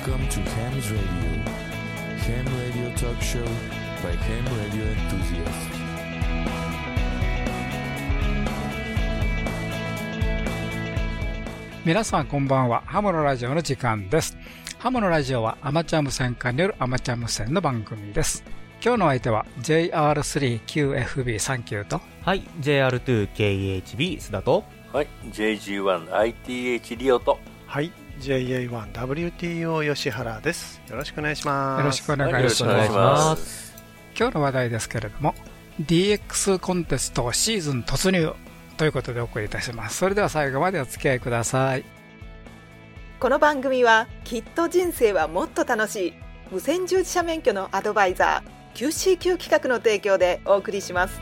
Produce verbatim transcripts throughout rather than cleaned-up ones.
Welcome to Ham's Radio. Ham Radio Talk Show by Ham Radio Enthusiasts. 皆さんこんばんは。ハムのラジオの時間です。ハムのラジオはアマチュア無線化によるアマチュア無線の番組です。今日の相手は ジェイアールスリーキューエフビーさんきゅう と、 はい ジェイアールツーケーエイチビー 須田と、 はい ジェイジーワンアイティーエイチ リオと、 はい ジェイエーワンダブリューティーオー 吉原です。よろしくお願いします。 よろしくお願いします。今日の話題ですけれども ディーエックス コンテストシーズン突入ということでお送りいたします。それでは最後までお付き合いください。 この番組はきっと人生はもっと楽しい無線従事者免許のアドバイザー キューシーキュー 企画の提供でお送りします。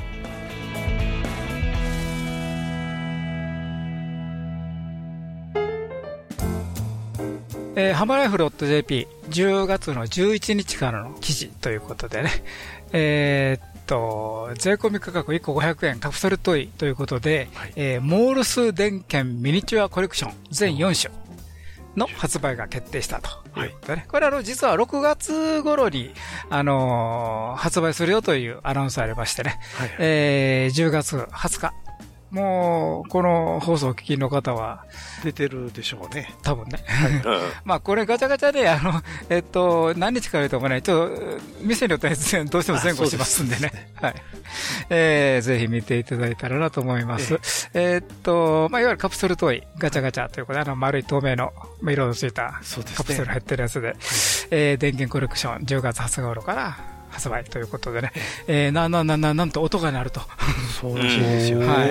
えー、ハムライフ .jp じゅうがつのじゅういちにちからの記事ということでね、えー、っと税込み価格いっこごひゃくえんカプセルトイということで、はい、えー、モールス電源ミニチュアコレクション全よんしゅの発売が決定したということでね、はい、これはあの実はろくがつ頃に、あのー、発売するよというアナウンスありましてね、はいはい、えー、じゅうがつはつか、もうこの放送をお聞きの方は出てるでしょうね、 多分ね。まあこれガチャガチャであのえっと何日か言うともね、ちょっと店によってはどうしても前後しますんでね、でねはい、えー、ぜひ見ていただいたらなと思います。えー、っとまあいわゆるカプセルトイガチャガチャということで、あの丸い透明の色のついたカプセル入ってるやつで、ね、えー、電源コレクションじゅうがつはつか頃から発売ということでね、えー、な、な、な、な、なんと音が鳴ると。 そうらしいですよね。 はい。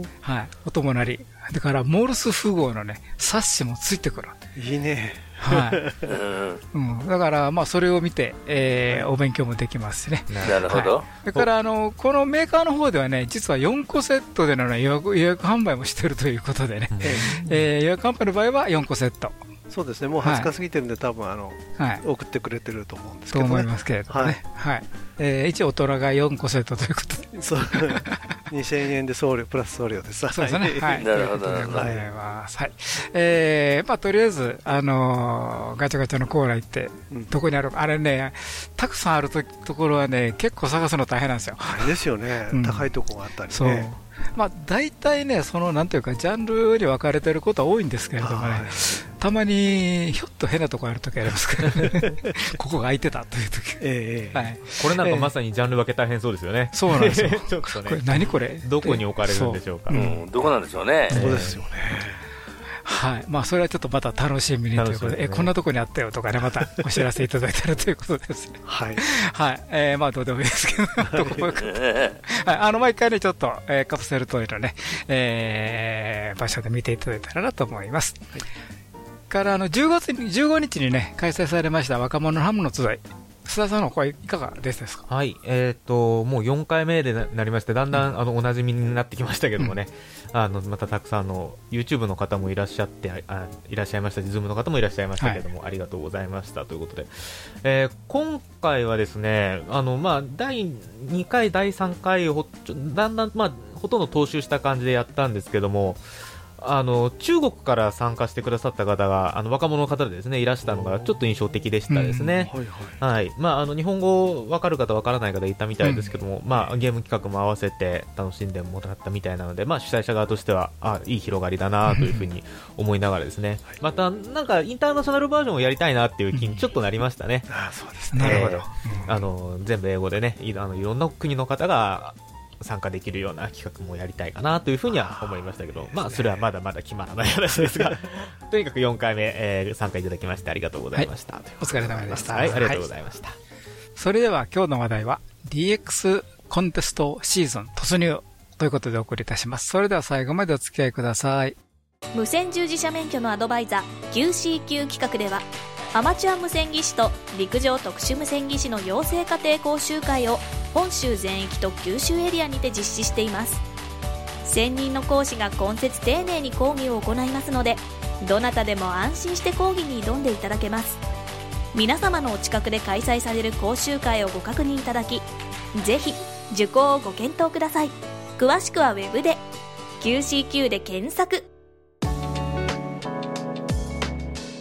はい。音も鳴り。だから、モールス符号のね、冊子もついてくる。 いいね。 はい。うん。だから、まあ、それを見て、えー、お勉強もできますしね。 なるほど。 はい、だから、あの、このメーカーの方ではね、実はよんこセットでの、ね、予約、予約販売もしているということでね、えー、予約販売の場合はよんこセット。 そうですね、もうはつか過ぎてるんで、はい、多分あの、はい、送ってくれてると思うんですけどね。 と思いますけれどもね。はい。はい、えー、一応大人がよんこセットということで。 そう。にせんえんで送料、プラス送料です。 そうですね。はい。 なるほど。 ということでございます。はい。えー、まあ、とりあえず、あのー、ガチャガチャのコーナー行って、うん、どこにあるか、あれね、たくさんあるとところはね、結構探すの大変なんですよ。 大変ですよね。うん、高いところがあったりね。 そう。まあ、大体ね、そのなんていうかジャンルに分かれてることは多いんですけれどもね、はい、たまにひょっと変なところあるときありますからねここが空いてたというとき、 えーはい、これなんかまさにジャンル分け大変そうですよね。 そうなんですよちょっとね、 これ何これどこに置かれるんでしょうか。 う、うん、どこなんでしょうね。 そうですよね。 はい、まあ、それはちょっとまた楽しみにということで、ね、えこんなところにあったよとかね、またお知らせいただいたらということですね。 はい、 はい、えー、まあどうでもいいですけど、どこもよかった。はい、あの毎回ねちょっと、えー、カプセルトイのね、えー、場所で見ていただいたらなと思います。はい、からあのじゅうがつにじゅうごにちにね開催されました若者のハムの集い。須田さんの声いかがですか。 はい、えー、ともうよんかいめで な, なりまして、だんだん、うん、あのおなじみになってきましたけどもね、うん、あのまたたくさんの YouTube の方もいらっしゃってあいらっしゃいましたし、Zoom の方もいらっしゃいましたけども、はい、ありがとうございましたということで、えー、今回はですね、あの、まあ、だいにかいだいさんかいほだんだん、まあ、ほとんど踏襲した感じでやったんですけども、あの中国から参加してくださった方があの若者の方でですねいらしたのがちょっと印象的でしたですね。日本語分かる方分からない方いたみたいですけども、うん、まあ、ゲーム企画も合わせて楽しんでもらったみたいなので、まあ、主催者側としてはあいい広がりだなというふうに思いながらですねまたなんかインターナショナルバージョンをやりたいなっていう気にちょっとなりましたね。 うん、あそうですね、 なるほど、 あの全部英語でねいあのいろんな国の方が参加できるような企画もやりたいかなというふうには思いましたけど、まあそれはまだまだ決まらない話ですがとにかくよんかいめ、えー、参加いただきましてありがとうございました、はい、 お疲れ様でした。 はい、ありがとうございました、はい、 それでは今日の話題は ディーエックス コンテストシーズン突入ということでお送りいたします。それでは最後までお付き合いください。 無線従事者免許のアドバイザー キューシーキュー 企画ではアマチュア無線技師と陸上特殊無線技師の養成家庭講習会を本州全域と九州エリアにて実施しています。専任の講師が今節丁寧に講義を行いますので、どなたでも安心して講義に挑んでいただけます。皆様のお近くで開催される講習会をご確認いただき、ぜひ受講をご検討ください。詳しくはウェブで キューシーキュー で検索。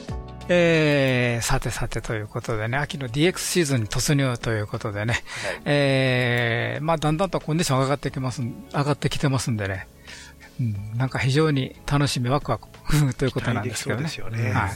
えー、さてさてということでね、秋の ディーエックス シーズンに突入ということでね、はい、えー、まあだんだんとコンディション上がってきます、上がってきてますんでね、うん、なんか非常に楽しみワクワクということなんですけどね。そうですよね。はい。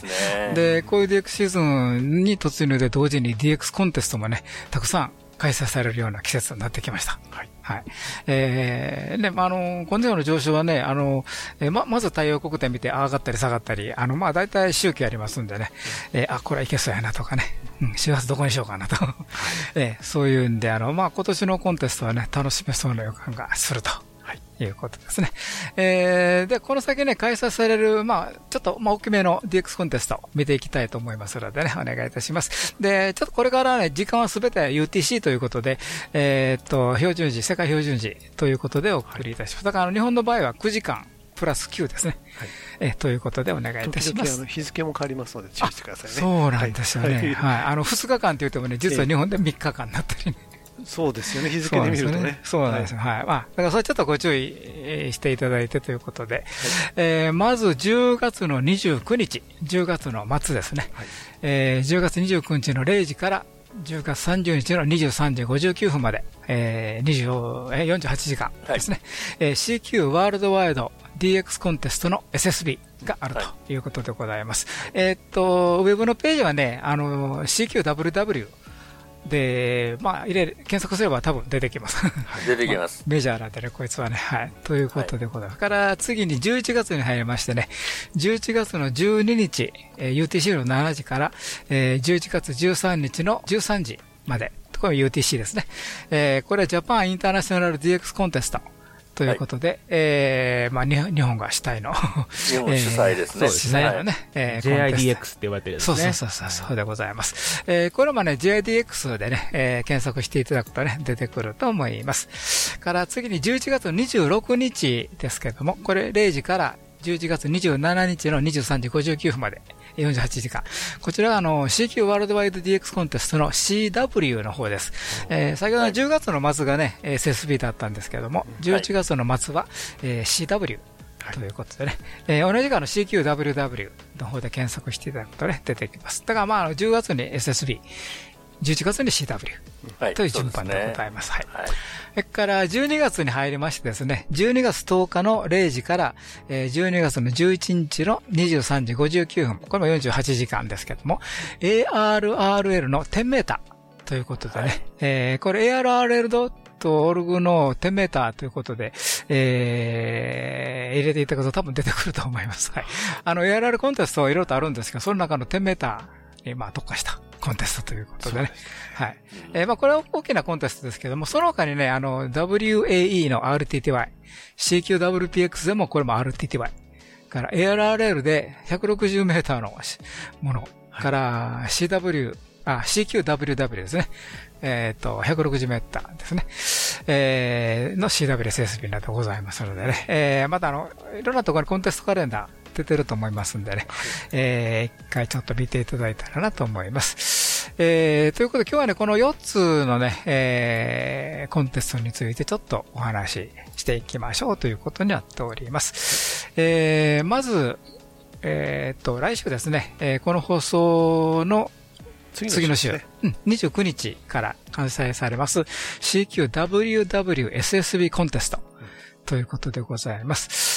で、こういう ディーエックス シーズンに突入で同時に ディーエックス コンテストもね、たくさん開催されるような季節になってきました。はい。はい。えー、ね、まあ、あの、コンディションの上昇はね、あの、えー、ま、まず太陽国点見て上がったり下がったり、あの、まあ、大体周期ありますんでね、えー、あ、これはいけそうやなとかね、うん、しがつどこにしようかなと。えー、そういうんで、あの、まあ、今年のコンテストはね、楽しめそうな予感がすると。いうことですね。えー、で、この先ね、開催される、まあ、ちょっと、まあ、大きめの ディーエックス コンテストを見ていきたいと思いますのでね、お願いいたします。で、ちょっとこれからね、時間はすべて ユーティーシー ということで、えー、っと、標準時、世界標準時ということでお送りいたします。だから、日本の場合はくじかんプラスきゅうですね。はい、えー、ということでお願いいたします。 時々あの日付も変わりますので注意してくださいね。 そうなんですよね。はい。はい、あの、ふつかかんというともね、実は日本でみっかかんになったりね。 そうですよね、日付で見るとね。 そうなんですよ。はい。まあ、だからそれちょっとご注意していただいてということで、はい、えー、まずじゅうがつのにじゅうくにち、じゅうがつの末ですね。はい、えー、じゅうがつにじゅうくにちのれいじからじゅうがつさんじゅうにちのにじゅうさんじごじゅうきゅうふんまで、えー、にじゅう、えー、よんじゅうはちじかんですね。はい、えー、シーキュー ワールドワイド ディーエックス コンテストの エスエスビー があるということでございます。はい、えー、っと、ウェブのページはね、あの、シーキューダブリューダブリューで、まあ、入れ、検索すれば多分出てきます。 出てきます。 メジャーなんでね、こいつはね。はい。ということでございます。はい、から次にじゅういちがつに入りましてね、じゅういちがつのじゅうににち、えー、ユーティーシー のしちじから、えー、じゅういちがつじゅうさんにちのじゅうさんじまで。これ ユーティーシー ですね。えー、これはジャパンインターナショナル ディーエックス コンテスト。ということで、はい、えー、まあ、日本が主体の。 日本主催ですね。 主催のね、えー、 ジェイアイディーエックス って言われてるんですね。 そうそうそう、そうでございます。えー、これもね、ジェイアイディーエックス でね、えー、検索していただくとね、出てくると思います。から次にじゅういちがつのにじゅうろくにちですけども、これれいじからじゅういちがつにじゅうしちにちのにじゅうさんじごじゅうきゅうふんまで。よんじゅうはちじかん。こちらはあの シーキュー ワールドワイド ディーエックス コンテストの シーダブリュー の方です。えー、先ほどのじゅうがつの末がね、エスエスビー だったんですけども、じゅういちがつの末は、えー、シーダブリュー ということでね、えー、同じくあの シーキューダブリューダブリュー の方で検索していただくとね、出てきます。だからまあじゅうがつに エスエスビー、じゅういちがつに シーダブリュー という順番でございます。はい。それからじゅうにがつに入りましてですね、じゅうにがつとおかのれいじから、えー、じゅうにがつのじゅういちにちのにじゅうさんじごじゅうきゅうふん、これもよんじゅうはちじかんですけども、エーアールアールエル のじゅうメーターということでね、はい、えー、これ エーアールアールエル ドットオルグ のじゅうメーターということで、えー、入れていただくと多分出てくると思います。はい。あの エーアールアール コンテストはいろいろとあるんですけど、その中のじゅうメーターにまあ特化したコンテストということでね。はい。えー、まあこれは大きなコンテストですけども、その他にね、あの ダブリューエーイー の アールティーティーワイ、シーキューダブリューピーエックス でもこれも アールティーティーワイ。から エーアールアールエル でひゃくろくじゅうメーターのもの。から シーダブリュー、あ、シーキューダブリューダブリュー ですね。えっと、ひゃくろくじゅうメーターですね。えー、の シーダブリューエスエスビー などございますのでね。えー、またあの、いろんなところにコンテストカレンダー出てると思いますんでね。えー、一回ちょっと見ていただいたらなと思います。えー、ということで今日はね、このよっつのね、えー、コンテストについてちょっとお話ししていきましょうということになっております。えー、まず、えー、っと、来週ですね、えー、この放送の次の週、ね、うん、にじゅうくにちから開催されます シーキューダブリューダブリューエスエスビー コンテストということでございます。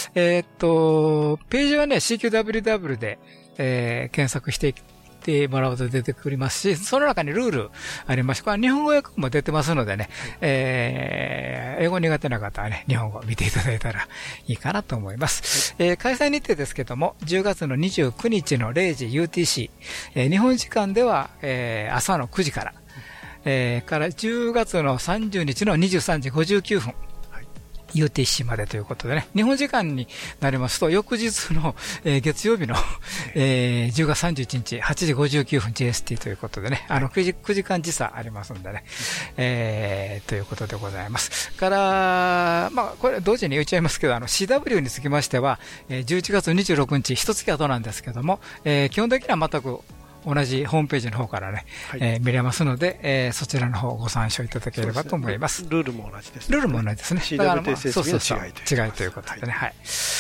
えー、っと、ページはね、シーキューダブリューダブリュー で、えー、検索していってもらうと出てくりますし、その中にルールありまして、これは日本語訳も出てますのでね、えー、英語苦手な方はね、日本語を見ていただいたらいいかなと思います。はい、えー、開催日程ですけども、じゅうがつのにじゅうくにちのれいじ ユーティーシー、えー、日本時間では、えー、朝のくじから、えー、からじゅうがつのさんじゅうにちのにじゅうさんじごじゅうきゅうふん、ユーティーシー までということでね、日本時間になりますと、翌日の、えー、月曜日の、えー、じゅうがつさんじゅういちにちはちじごじゅうきゅうふん ジェーエスティー ということでね、あの 9, 時くじかん時差ありますんでね、えー、ということでございます。から、まあ、これ同時に言っちゃいますけど、あの シーダブリュー につきましては、えー、じゅういちがつにじゅうろくにち、一月後なんですけども、えー、基本的には全く同じホームページの方からね、はい、えー、見れますので、えー、そちらの方をご参照いただければと思います。 ルールも同じですね。 ルールも同じですね。 シーダブリューエスエスビー の違いという。 違いということでね。はい。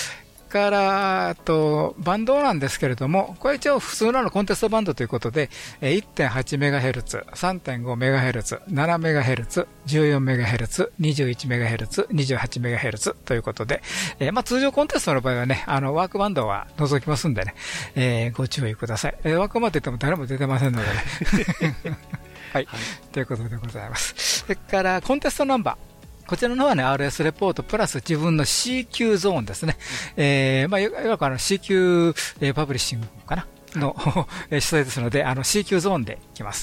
から、と、バンドなんですけれども、これ一応普通のコンテストバンドということで、いってんはちメガヘルツ、さんてんごメガヘルツ、ななメガヘルツ、じゅうよんメガヘルツ、にじゅういちメガヘルツ、にじゅうはちメガヘルツということで、えー、まあ通常コンテストの場合はね、あの、ワークバンドは除きますんでね、えー、ご注意ください。えー、ワークバンドって言っても誰も出てませんのでね。はい、はい。ということでございます。それから、コンテストナンバー。こちらの方はね、アールエス レポートプラス自分の シーキュー ゾーンですね。えー、まあ、いわゆるあの シーキュー、えー、パブリッシングかなの主催ですので、あの シーキュー ゾーンで来ます。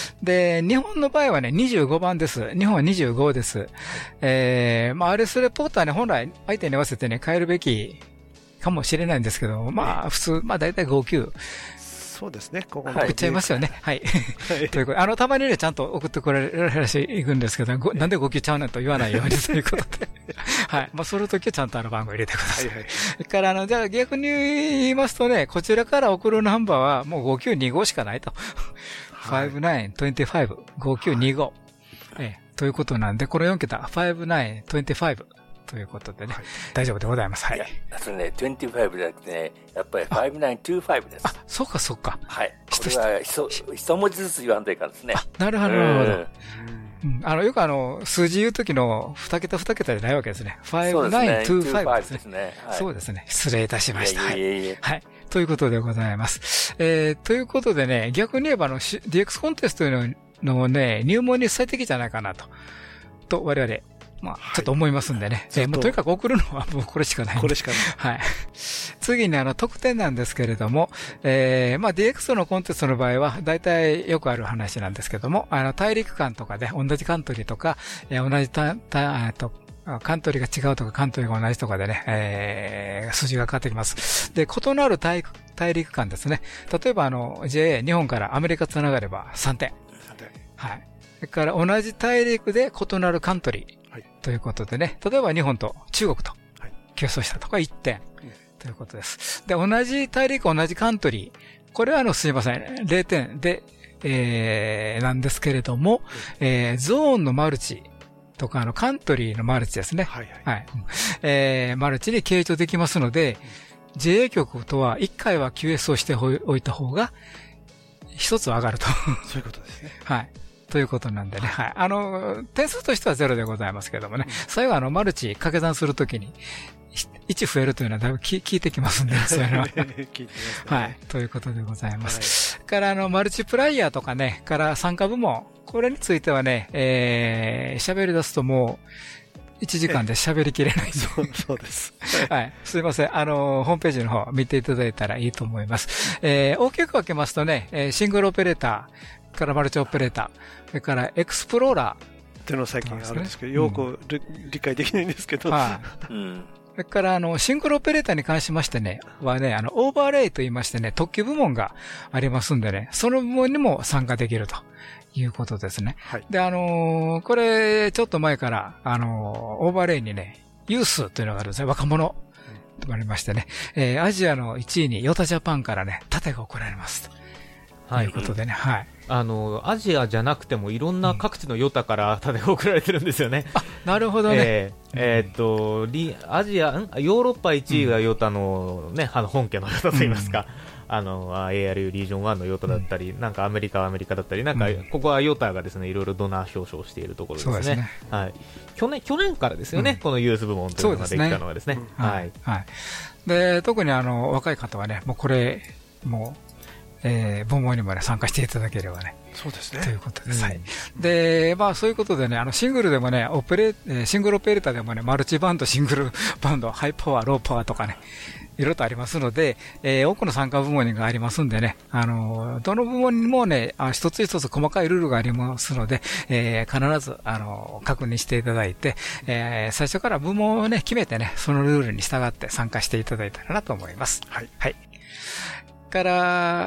で、日本の場合はね、にじゅうごばんです。日本はにじゅうごです。えー、まあ、アールエス レポートはね、本来相手に合わせてね、変えるべきかもしれないんですけど、まあ、普通、まあ、だいたいご級。 そうですね、ここ送っちゃいますよね。はい。ということで、あの、たまにね、ちゃんと送ってこられるし、いくんですけど、なんでご級ちゃうねんと言わないようにということで。はい。まあ、その時はちゃんとあの番号入れてください。はいはい。それから、あの、じゃあ逆に言いますとね、こちらから送るナンバーはもうご級にごしかないと。ごじゅうきゅう、にじゅうご、ごきゅうにご。ええ、ということなんで、このよん桁、ごじゅうきゅう、にじゅうご。ということでね、はい、大丈夫でございます。はい。 あとね、にじゅうごじゃなくてね、やっぱりごじゅうきゅうにじゅうごです。 あ、そうかそうか。 はい。これは一一文字ずつ言わんといかんですね。 あ、なるほど、なるほど。うん、あの、よくあの、数字言うときのに桁に桁じゃないわけですね。ごじゅうきゅう、にじゅうごですね。そうですね。失礼いたしました。はい。はい。ということでございます。えー、ということでね、逆に言えばあの、ディーエックス コンテストのね、入門に最適じゃないかなと。と、我々。まあ、ちょっと思いますんでね。はい、えー、もうとにかく送るのはもうこれしかない。 これしかない。 はい。次にあの、特典なんですけれども、えー、まあ ディーエックス のコンテストの場合は、大体よくある話なんですけども、あの、大陸間とかで、同じカントリーとか、えー、同じた、た、と、カントリーが違うとか、カントリーが同じとかでね、えー、数字が変わってきます。で、異なる大、大陸間ですね。例えばあの、ジェーエー、日本からアメリカつながればさんてん。さんてん。はい。それから同じ大陸で異なるカントリー。はい、ということでね、例えば日本と中国と競争したとかいってん、はい、ということです。で、同じ大陸、同じカントリー、これはあの、すいません、れいてんで、えー、なんですけれども、うん、えー、ゾーンのマルチとか、あの、カントリーのマルチですね。はいはい。はい。えー、マルチに計上できますので、うん、ジェーエー 局とはいっかいは キューエス をしておいた方が、一つ上がると。 そういうことですね。 はい。ということなんでね。はい。あの、点数としてはゼロでございますけどもね。うん、最後あの、マルチ掛け算するときに、いち増えるというのはだいぶ効いてきますんで、ね、そういうのは。効いてきますね。はい。ということでございます。はい、からあの、マルチプライヤーとかね、から参加部門、これについてはね、えー、喋り出すともう、いちじかんで喋りきれない。 そう、そうです。 はい。すいません。あの、ホームページの方見ていただいたらいいと思います。えー、大きく分けますとね、シングルオペレーター、からマルチオペレーター、それからエクスプローラー。 っていうの最近あるんですけど、よく、うん、理解できないんですけど。 はい。うん。それから、あの、シングルオペレーターに関しましてね、はね、あの、オーバーレイと言いましてね、特許部門がありますんでね、その部門にも参加できるということですね。はい。で、あのー、これ、ちょっと前から、あのー、オーバーレイにね、ユースというのがあるんですね、若者。とありましてね、えー、アジアのいちいにヨタジャパンからね、盾が送られます。ということでね、はい。 あの、アジアじゃなくてもいろんな各地のヨタから盾が送られてるんですよね。 あ、なるほどね。 えー、えー、っと、リ、アジア、んヨーロッパいちいがヨタのね、あの本家のヨタといいますか、うん、あの、エーアールユー リージョンワンのヨタだったり、うん、なんかアメリカはアメリカだったり、なんか、ここはヨタがですね、いろいろドナー表彰しているところですね。そうですね。はい。去年、去年からですよね、うん、このユース部門というのができたのはですね。 はい。はい。で、特にあの、若い方はね、もうこれ、もう、えー、部門にもね、参加していただければね。 そうですね。 ということです。はい。で、まあ、そういうことでね、あの、シングルでもね、オペレ、シングルオペレーターでもね、マルチバンド、シングルバンド、ハイパワー、ローパワーとかね、いろいろとありますので、えー、多くの参加部門がありますんでね、あの、どの部門にもね、あ一つ一つ細かいルールがありますので、えー、必ず、あの、確認していただいて、えー、最初から部門をね、決めてね、そのルールに従って参加していただいたらなと思います。はい。はい。から、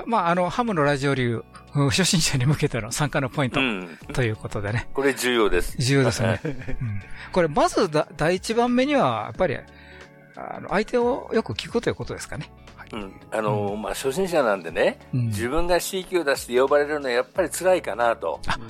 まあ、あの、ハムのラジオ流、初心者に向けての参加のポイント、うん、ということでね。 これ重要です。 重要ですね。うん、これ、まずだ、第一番目には、やっぱり、あの、相手をよく聞くということですかね。 うん。あの、うん、まあ、初心者なんでね、うん、自分が シーキュー 出して呼ばれるのはやっぱり辛いかなと。あ、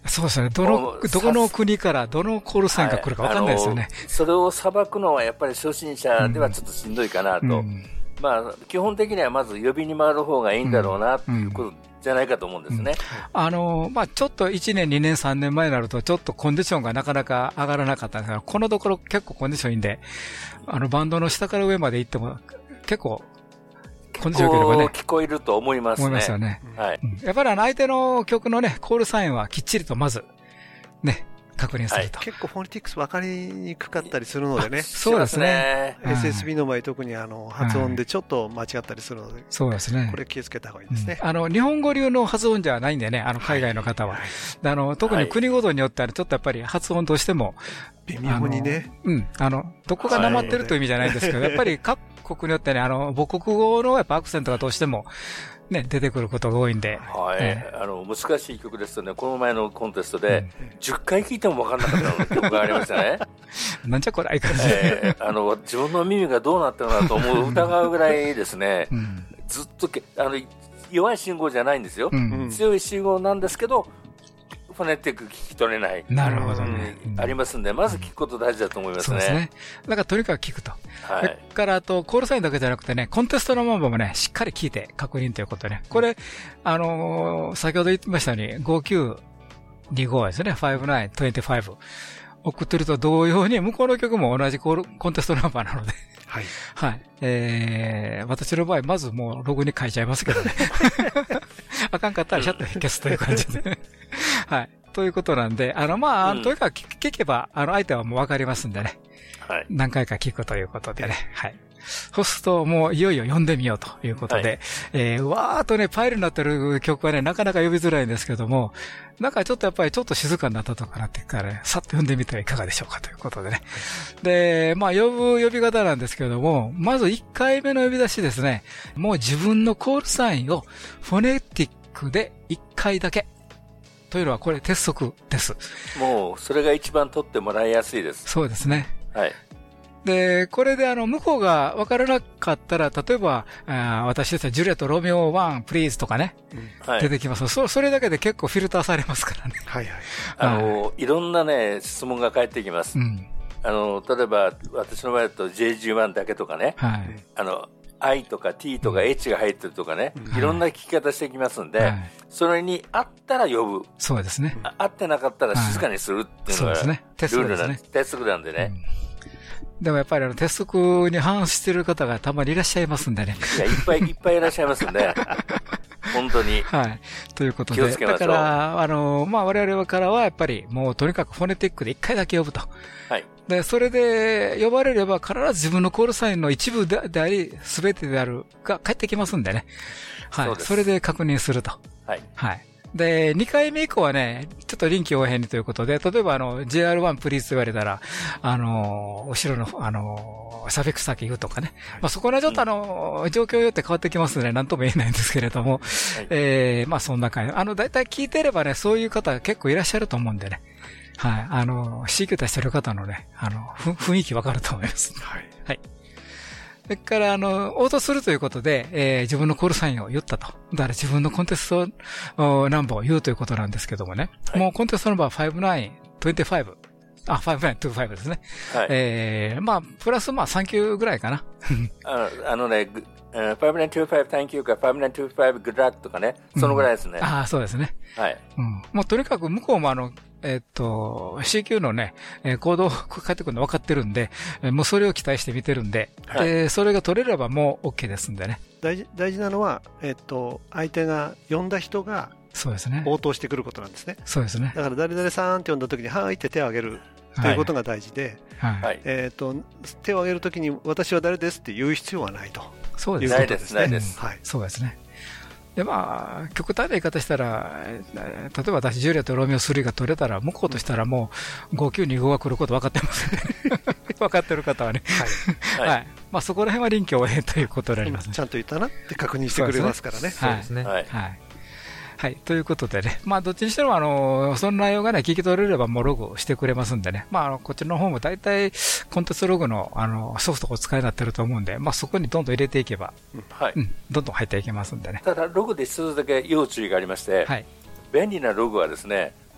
そうですね。どの、どこの国からどのコールサインが来るか分かんないですよね。 はい、それをさばくのはやっぱり初心者ではちょっとしんどいかなと。うんうん、まあ、基本的にはまず呼びに回る方がいいんだろうなということじゃないかと思うんですね。 うん、あの、まあ、ちょっといちねん、にねん、さんねんまえになると、ちょっとコンディションがなかなか上がらなかったんですが、このところ結構コンディションいいんで、あの、バンドの下から上まで行っても、結構、コンディション良ければね。 聞こえると思いますね。 思いますよね。 はい。 うん、やっぱりあの、相手の曲のね、コールサインはきっちりとまず、ね、確認すると。 はい、結構フォネティクス分かりにくかったりするのでね。 そうですね。 エスエスビー の場合特にあの発音でちょっと間違ったりするので、はい、 そうですね。 これ気をつけた方がいいですね。 うん、あの日本語流の発音じゃないんでね、あの海外の方は。はい、あの特に国ごとによってはちょっとやっぱり発音としても微妙にね、 うん、あのどこがなまってるという意味じゃないんですけど、はい、やっぱり各国によってね、あの母国語のやっぱアクセントがどうしてもね、出てくることが多いんで。 はい。えー、あの、難しい曲ですとね、この前のコンテストで、じゅっかい聴いても分かんなかった曲がありましたね。 なんじゃこれ、相変わらず。えー、あの、自分の耳がどうなってるのかと思う、疑うぐらいですね、うん、ずっとけ、あの、弱い信号じゃないんですよ。うん、強い信号なんですけど、フォネティック聞き取れない。 なるほどね。 うん、ありますんで、まず聞くこと大事だと思いますね。そうですね。 だからとにかく聞くと。 はい。 それからあと、コールサインだけじゃなくてね、コンテストのマンバもね、しっかり聞いて確認ということでね。これ、あのー、先ほど言ってましたように、ごきゅうにごですね、ごきゅうにご。送ってると同様に、向こうの曲も同じコール、コンテストナンバーなので。はい。はい。えー、私の場合、まずもうログに書いちゃいますけどね。あかんかったらシャッと消すという感じで。はい。ということなんで、あの、まあ、うん、とにかく聞けば、あの、相手はもうわかりますんでね。はい。何回か聞くということでね。はい。そうすると、もういよいよ読んでみようということで、はい、えー、わーっとね、パイルになってる曲はね、なかなか呼びづらいんですけども、なんかちょっとやっぱりちょっと静かになったとかなってからね、さっと読んでみてはいかがでしょうかということでね。で、まあ、呼ぶ呼び方なんですけども、まずいっかいめの呼び出しですね、もう自分のコールサインをフォネティックでいっかいだけ。というのはこれ鉄則です。 もう、それが一番取ってもらいやすいです。 そうですね。 はい。 で、これであの、向こうが分からなかったら、例えば、あ私たちはジュリエット、ロミオワン、プリーズとかね、うんはい、出てきます。そ、それだけで結構フィルターされますからね。 はいはい。 あの、はい、いろんなね、質問が返ってきます。うん、あの、例えば、私の場合だと ジェイジーワン だけとかね、はい、あの、I とか T とか H が入ってるとかね、うん、いろんな聞き方してきますんで、はい、それに合ったら呼ぶ。 そうですね。 合ってなかったら静かにするっていうのが、はい、ルールなんです。鉄則なんでね。うんでもやっぱりあの、鉄則に反している方がたまにいらっしゃいますんでね。 いや、いっぱいいっぱいいらっしゃいますんで。本当に。 はい。ということで。気をつけましょう。だから、あの、まあ、我々からはやっぱりもうとにかくフォネティックで一回だけ呼ぶと。はい。で、それで呼ばれれば必ず自分のコールサインの一部であり、すべてであるが返ってきますんでね。はい。そ, それで確認すると。はい。はい。で、にかいめ以降はね、ちょっと臨機応変にということで、例えばあの、ジェイアールワン プリーズと言われたら、あの、後ろの、あの、サフィックス先言うとかね。まあそこはちょっとあの、状況によって変わってきますので、なんとも言えないんですけれども、はい、えー、まあそんな感じ。あの、だいたい聞いてればね、そういう方結構いらっしゃると思うんでね。はい。あの、シーキュー出してる方のね、あの、雰囲気わかると思います。はい。はい。それから、あの、応答するということで、えー、自分のコールサインを言ったと。だから自分のコンテストナンバーを言うということなんですけどもね。はい、もうコンテストナンバーごじゅうきゅう、にじゅうご。あ、ごじゅうきゅう、にじゅうごですね。はい。えー、まあ、プラスまあさん級ぐらいかな。 あの、あのね、ごじゅうきゅう、にじゅうご Thank you かごじゅうきゅう、にじゅうご Good luck とかね。そのぐらいですね。 うん、ああ、そうですね。はい。うん。もうとにかく向こうもあの、えっと、シーキュー のね、えー、コードを返ってくるの分かってるんで、えー、もうそれを期待して見てるんで、はい、で、それが取れればもう OK ですんでね。 大事、大事なのは、えっと、相手が呼んだ人が、 そうですね。 応答してくることなんですね。 そうですね。 だから誰々さんって呼んだ時に、はいって手を挙げるということが大事で、はいはい、えっと、手を挙げる時に私は誰ですって言う必要はないと。 そうですね。ないです、ないです。 はい。そうですね。で、まあ、極端な言い方したら、例えば私、ジュリアとロミオスリーが取れたら、向こうとしたらもう、ごきゅうにごが来ること分かってますね。分かってる方はね。はい。はい。まあ、そこら辺は臨機応変ということになりますね。 ちゃんと言ったなって確認してくれますからね。 そうですね。はい。はい。はい。ということでね。まあ、どっちにしても、あの、その内容がね、聞き取れればもうログしてくれますんでね。まあ、あの、こっちの方も大体、コンテンツログの、あの、ソフトをお使いになってると思うんで、まあ、そこにどんどん入れていけば、はい。うん。どんどん入っていけますんでね。 ただ、ログで一つだけ要注意がありまして、はい。便利なログはですね、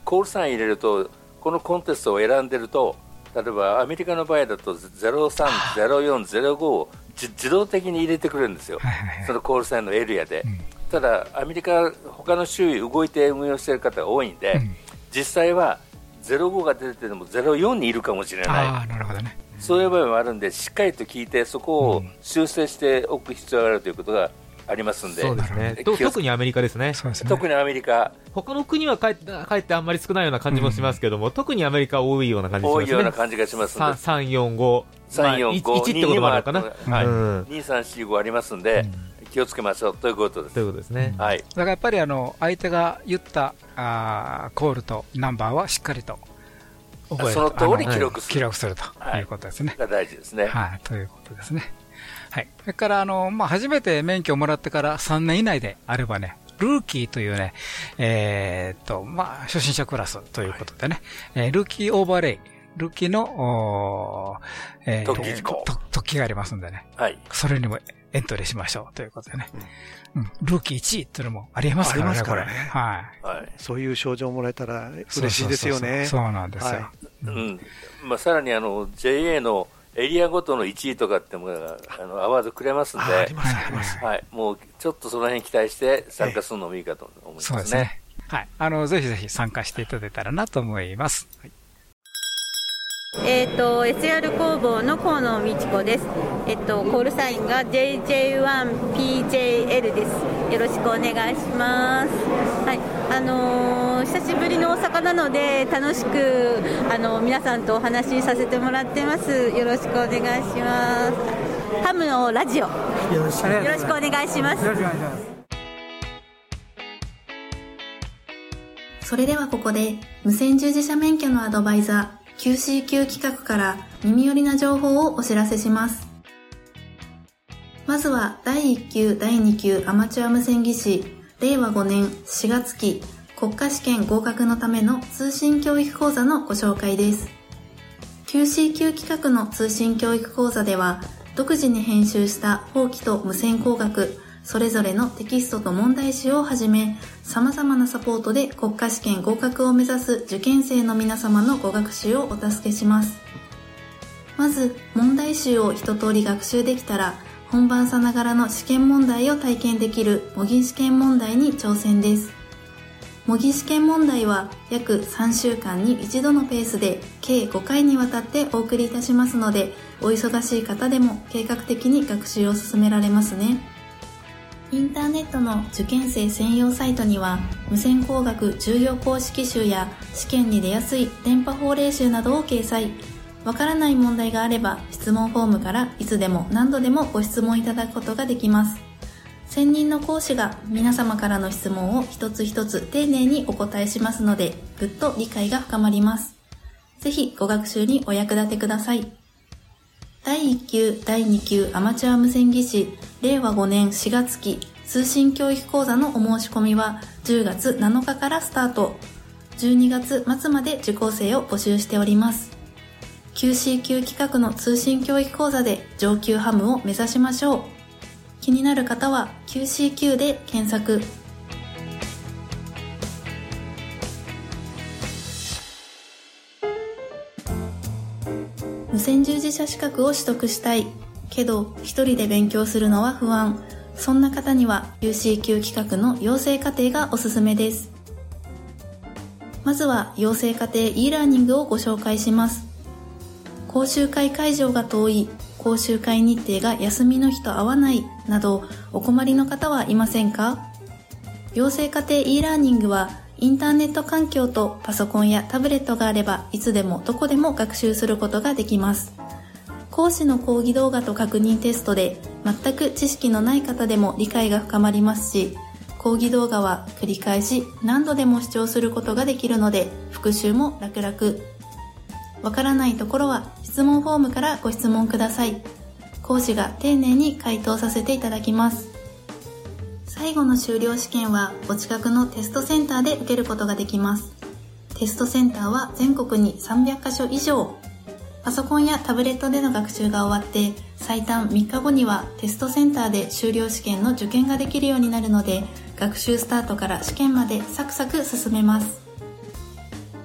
コールサイン入れるとこのコンテストを選んでると、例えばアメリカの場合だとゼロさん、ゼロよん、ゼロごを自動的に入れてくれるんですよ、はいはいはい、そのコールサインのエリアで、うん、ただアメリカ他の州動いて運用している方が多いんで、うん、実際はゼロごが出ててもゼロよんにいるかもしれない。 あ、なるほどね。 そういう場合もあるんで、しっかりと聞いてそこを修正しておく必要があるということがありますんで、 そうですね、特にアメリカですね。 そうですね、 特にアメリカ、 他の国はかえってかえってあんまり少ないような感じもしますけども、うん、特にアメリカは多いような感じしますね。 多いような感じがしますんで、 さん、よん、ご、 さん、よん、ご、 いちってこともあるのかな、 はい、うん、に、さん、よん、ごありますんで、うん、気をつけましょうということです。 ということですね、 はい、 だからやっぱりあの相手が言ったあコールとナンバーはしっかりと覚える、 その通り記録する、 記録するということですね。 が大事ですね。 はい、ということですね。はい、それからあの、まあ、初めて免許をもらってからさんねん以内であればね、ルーキーというね、えー、っと、まあ、初心者クラスということでね、はい、えー、ルーキーオーバーレイ、ルーキーの、 えー、特技事項、 特技がありますんでね、 はい、 それにもエントリーしましょうということでね、うんうん、ルーキーいちいっていうのもありえますからね、これ、はいはい、そういう賞状をもらえたら嬉しいですよね。 そうなんですよ。はい、 うん、まあ、さらにあの ジェイエー のエリアごとのいちいとかってもあのアワードくれますんで、 ありますあります、 はい、もうちょっとその辺期待して参加するのもいいかと思いますね。そうですね、 はい、あのぜひぜひ参加していただけたらなと思います。はい、 えーと、エスアール 工房の河野美智子です。えっと、コールサインが ジェイジェイワンピージェイエル です。よろしくお願いします。はい、あのー、久しぶりの大阪なので楽しく、あのー、皆さんとお話しさせてもらってます。よろしくお願いします。ハムのラジオ、よろしく、よろしくお願いします。よろしくお願いします。 それではここで無線従事者免許のアドバイザーキューシーキュー 企画から耳寄りな情報をお知らせします。まずはだいいっ級だいに級アマチュア無線技師れいわごねんしがつ期国家試験合格のための通信教育講座のご紹介です。 キューシーキュー 企画の通信教育講座では独自に編集した法規と無線工学それぞれのテキストと問題集をはじめ様々なサポートで国家試験合格を目指す受験生の皆様のご学習をお助けします。まず問題集を一通り学習できたら本番さながらの試験問題を体験できる模擬試験問題に挑戦です。模擬試験問題は約さんしゅうかんに一度のペースで計ごかいにわたってお送りいたしますので、お忙しい方でも計画的に学習を進められますね。インターネットの受験生専用サイトには無線工学重要公式集や試験に出やすい電波法令集などを掲載。わからない問題があれば質問フォームからいつでも何度でもご質問いただくことができます。専任の講師が皆様からの質問を一つ一つ丁寧にお答えしますので、ぐっと理解が深まります。ぜひご学習にお役立てください。だいいっ級だいに級アマチュア無線技師れいわごねんしがつ期通信教育講座のお申し込みはじゅうがつなのかからスタート。じゅうにがつまつまで受講生を募集しております。キューシーキュー 企画の通信教育講座で上級ハムを目指しましょう。気になる方は キューシーキュー で検索。無線従事者資格を取得したいけど一人で勉強するのは不安、そんな方には キューシーキュー 企画の養成課程がおすすめです。まずは養成課程 e ラーニングをご紹介します。講習会会場が遠い、講習会日程が休みの日と合わないなどお困りの方はいませんか？養成課程 e ラーニングはインターネット環境とパソコンやタブレットがあればいつでもどこでも学習することができます。講師の講義動画と確認テストで全く知識のない方でも理解が深まりますし、講義動画は繰り返し何度でも視聴することができるので復習も楽々。わからないところは質問フォームからご質問ください。講師が丁寧に回答させていただきます。最後の修了試験はお近くのテストセンターで受けることができます。テストセンターは全国にさんびゃっかしょ以上。パソコンやタブレットでの学習が終わって最短みっかごにはテストセンターで修了試験の受験ができるようになるので、学習スタートから試験までサクサク進めます。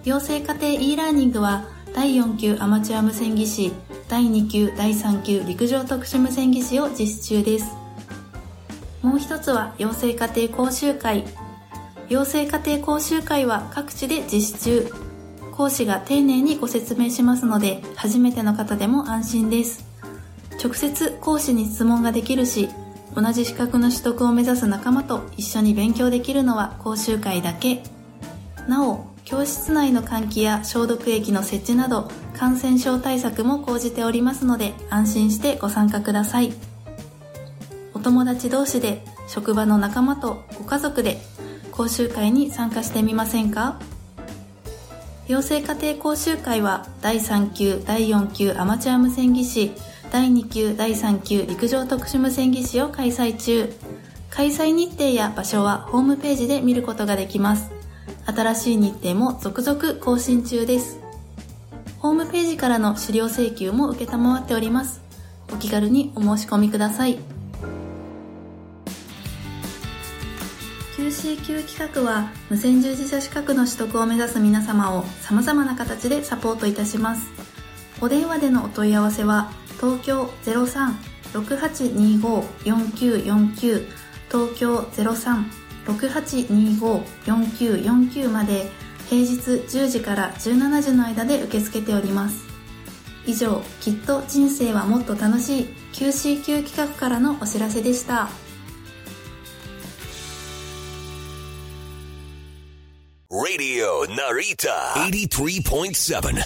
養成家庭 e ラーニングはだいよん級アマチュア無線技師、だいに級、だいさん級陸上特殊無線技師を実施中です。もう一つは養成家庭講習会。養成家庭講習会は各地で実施中。講師が丁寧にご説明しますので、初めての方でも安心です。直接講師に質問ができるし、同じ資格の取得を目指す仲間と一緒に勉強できるのは講習会だけ。なお、教室内の換気や消毒液の設置など感染症対策も講じておりますので、安心してご参加ください。お友達同士で、職場の仲間とご家族で講習会に参加してみませんか？養成家庭講習会はだいさん級、だいよん級アマチュア無線技師、だいに級、だいさん級陸上特殊無線技師を開催中。開催日程や場所はホームページで見ることができます。新しい日程も続々更新中です。ホームページからの資料請求も受けたまわっております。お気軽にお申し込みください。キューシー 級企画は無線従事者資格の取得を目指す皆様を様々な形でサポートいたします。お電話でのお問い合わせは東京 ゼロさん ろくはちにご よんきゅうよんきゅう 東京 ゼロさん ろくはちにご よんきゅうよんきゅう まで平日じゅうじからじゅうしちじの間で受け付けております。以上、きっと人生はもっと楽しい キューシー 級企画からのお知らせでした。 Radio Narita エイティースリーポイントセブン。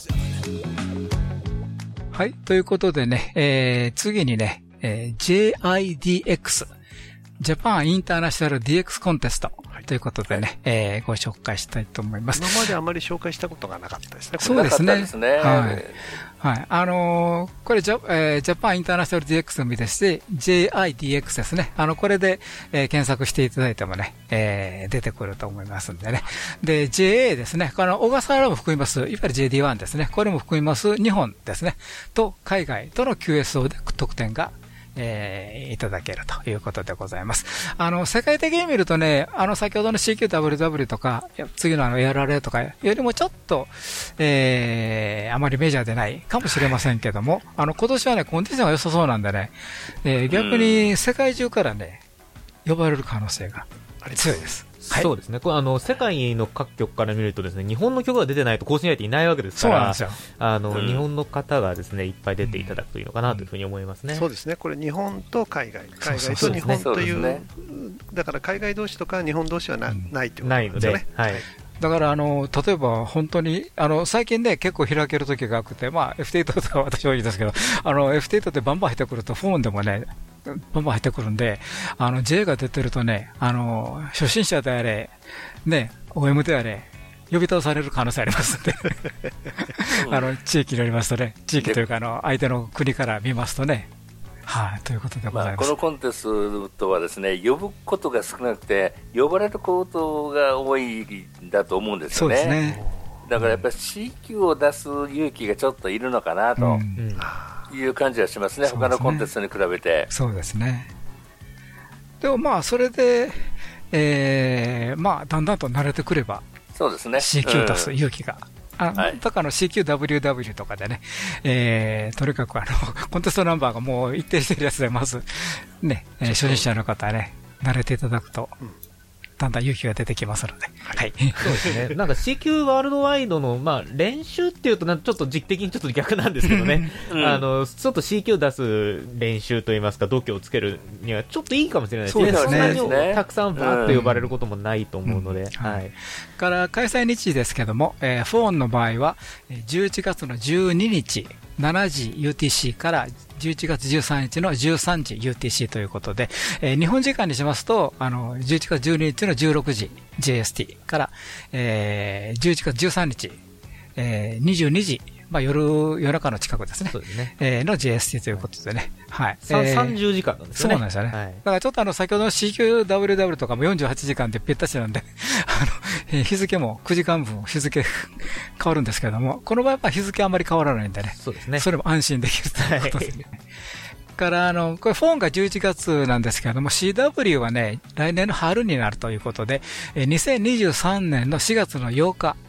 はい。ということでね、えー、次にね、えー、ジェイアイディーエックス、ジャパンインターナショナル ディーエックス コンテストということでね、えー、ご紹介したいと思います。 今まであまり紹介したことがなかったですね。 そうですね。 ですね。 はい。はい。あのー、これジャ、えー、ジャパンインターナショナル ディーエックス のみでして、ジェイアイディーエックス ですね。あの、これで、えー、検索していただいてもね、えー、出てくると思いますんでね。で、ジェイエー ですね。この小笠原も含みます、いわゆる ジェイディーワン ですね。これも含みます日本ですね。と、海外との キューエスオー で得点がえー、いただけるということでございます。あの、世界的に見るとね、あの、先ほどの シーキューダブリューダブリュー とか、次のあの エーアールアールエー とかよりもちょっと、えー、あまりメジャーでないかもしれませんけども、あの、今年はね、コンディションが良さそうなんでね、えー、逆に世界中からね、呼ばれる可能性が強いです。 はい、そうですね。これあの世界の各局から見るとですね、日本の曲が出てないと更新相手いないわけですから、そうなんですよ。あの、うん、日本の方がですねいっぱい出ていただくといいのかなというふうに思いますね。 うん、そうですね。これ日本と海外、海外と日本という、ね、だから海外同士とか日本同士は な,、うん、ないということですよね。ないので、はい。 だからあの例えば本当にあの最近ね結構開ける時が多くて、まあ エフティーエイト とか私多いですけど、あの エフティーエイト ってバンバン入ってくるとフォンでもねバンバン入ってくるんで、あの J が出てるとね、あの初心者であれね オーエム であれ呼び倒される可能性ありますんであの地域によりますとね、地域というかあの相手の国から見ますとね。はい、ということでございます。まあ、 このコンテストはですね、呼ぶことが少なくて呼ばれることが多いんだと思うんですよね。そうですね。だからやっぱり シーキュー を出す勇気がちょっといるのかなという感じはしますね、うん、他のコンテストに比べて。 そうですね。でもまあそれで、えー、まあだんだんと慣れてくれば、 そうですね、 シーキュー を出す勇気が、うんあはい、だから シーキューダブリューダブリュー とかでね、えー、とにかくあのコンテストナンバーがもう一定してるやつでまずね、えー、初心者の方はね慣れていただくと、うん、だんだん勇気が出てきますので、はい、 そうですね。なんか シーキュー ワールドワイドの、まあ、練習っていうとなんかちょっと時期的にちょっと逆なんですけどね、うん、あのちょっと シーキュー 出す練習といいますか度胸をつけるにはちょっといいかもしれないですね。そんなにたくさんバーッと呼ばれることもないと思うので、うんはい、 から開催日時ですけども、えー、フォンの場合はじゅういちがつのじゅうににちしちじ ユーティーシー からじゅういちがつじゅうさんにちのじゅうさんじ ユーティーシー ということで、えー、日本時間にしますとあのじゅういちがつじゅうににちのじゅうろくじ ジェイエスティー から、えー、じゅういちがつじゅうさんにち、えー、にじゅうにじ、まあ、夜夜中の近くですね、そうですね、えー、の ジェイエスティー ということでね、はい、 さんじゅうじかんなんですよね。 そうなんですよね、はい、だからちょっとあの先ほどの シーキューダブリューダブリュー とかもよんじゅうはちじかんでぴったしなんであの、えー、日付もくじかんぶん日付変わるんですけれども、この場合は日付あんまり変わらないんでね、そうですね、それも安心できるということですね、はいからあのこれフォンがじゅういちがつなんですけれども シーダブリュー はね来年の春になるということでにせんにじゅうさんねんのしがつのようか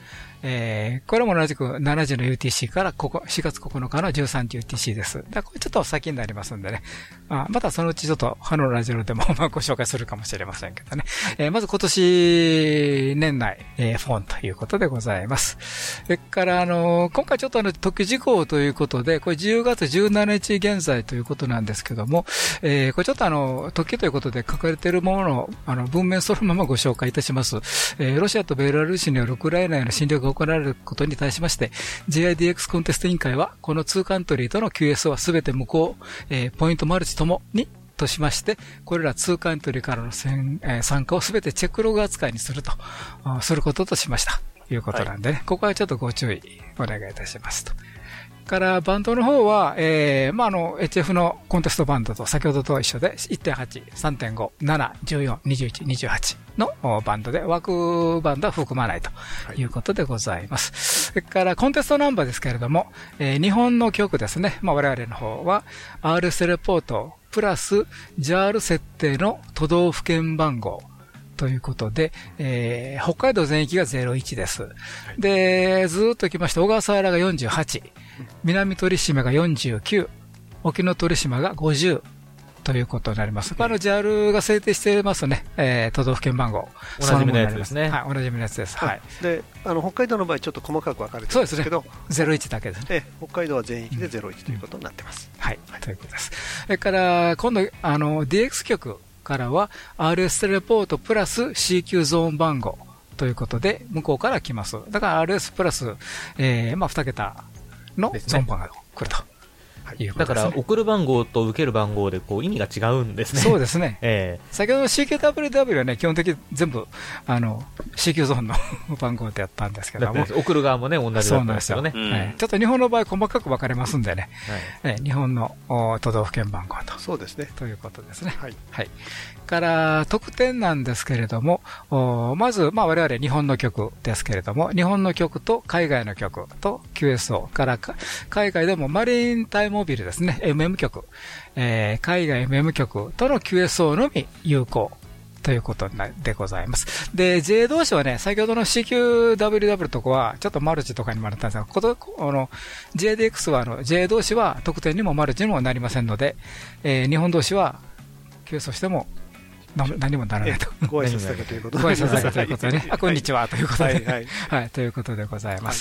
えー、これも同じくしちじの ユーティーシー からここしがつここのかのじゅうさんじユーティーシー です。だこれちょっと先になりますんでね。あまたそのうちちょっと、ハローラジオでもまあご紹介するかもしれませんけどね。えー、まず今年年内、えー、フォンということでございます。それから、あのー、今回ちょっとあの、特記事項ということで、これじゅうがつじゅうしちにち現在ということなんですけども、えー、これちょっとあの、特記ということで書かれているものの、あの、文面そのままご紹介いたします。えー、ロシアとベラルーシによるウクライナへの侵略が行われることに対しまして、ジェイアイディーエックス コンテスト委員会は、このツーカントリーとの キューエスオー はすべて無効、えー、ポイントマルチともに、としまして、これらツーカントリーからの参加をすべてチェックログ扱いにすると、することとしました。ということなんでね、はい、ここはちょっとご注意お願いいたしますと。からバンドの方は、えー、まあ、あの、エイチエフ のコンテストバンドと先ほどと一緒で いってんはち、さんてんご、なな、じゅうよん、にじゅういち、にじゅうはちのバンドで枠バンドは含まないということでございます。はい、それからコンテストナンバーですけれども、えー、日本の曲ですね。まあ、我々の方は アールエス レポートプラス ジャール 設定の都道府県番号。ということで、えー、北海道全域がゼロいちです。はい、で、ずーっと来まして、小笠原がよんじゅうはち、南鳥島がよんじゅうきゅう、沖ノ鳥島がごじゅうということになります。あの ジャール が制定していますね、えー、都道府県番号。 おなじみのやつですね。 はい、おなじみのやつです。はい。 で、あの北海道の場合ちょっと細かく分かれてるんですけど、 そうですね。ゼロいちだけですね。 えー、北海道は全域でゼロいちということになってます。 うん、はい、はい、ということです。それから今度あの ディーエックス 局からは アールエス レポートプラス シーキュー ゾーン番号ということで向こうから来ます。だから アールエス プラス、えー、まあに桁のゾーン番号が来ると。 ね、だから送る番号と受ける番号でこう意味が違うんですね。 そうですね。 えー、先ほどの シーキューダブリューダブリュー はね、基本的に全部あの シーキュー ゾーンの番号でやったんですけども、 送る側もね同じだったんですよね。 そうなんですよ、うんはい。ちょっと日本の場合細かく分かれますんでね、はい、えー、日本の都道府県番号と、 そうですね。 ということですね。 はい。 はい。から特典なんですけれども、まずまあ我々日本の曲ですけれども、日本の曲と海外の曲と キューエスオー から海外でもマリンタイムモビルですね。エムエム 局、えー、海外 エムエム 局との キューエスオー のみ有効ということでございます。で、ジェイ 同士はね、先ほどの シーキューダブリューダブリュー とかはちょっとマルチとかにもなったんですが、このあの ジェイディーエックス はあの ジェイ 同士は特典にもマルチにもなりませんので、えー、日本同士は キューエスオー しても何もならないと。 ご挨拶だけということで。 ご挨拶だけということでね。あ、こんにちはということで。はい、はいはい、ということでございます。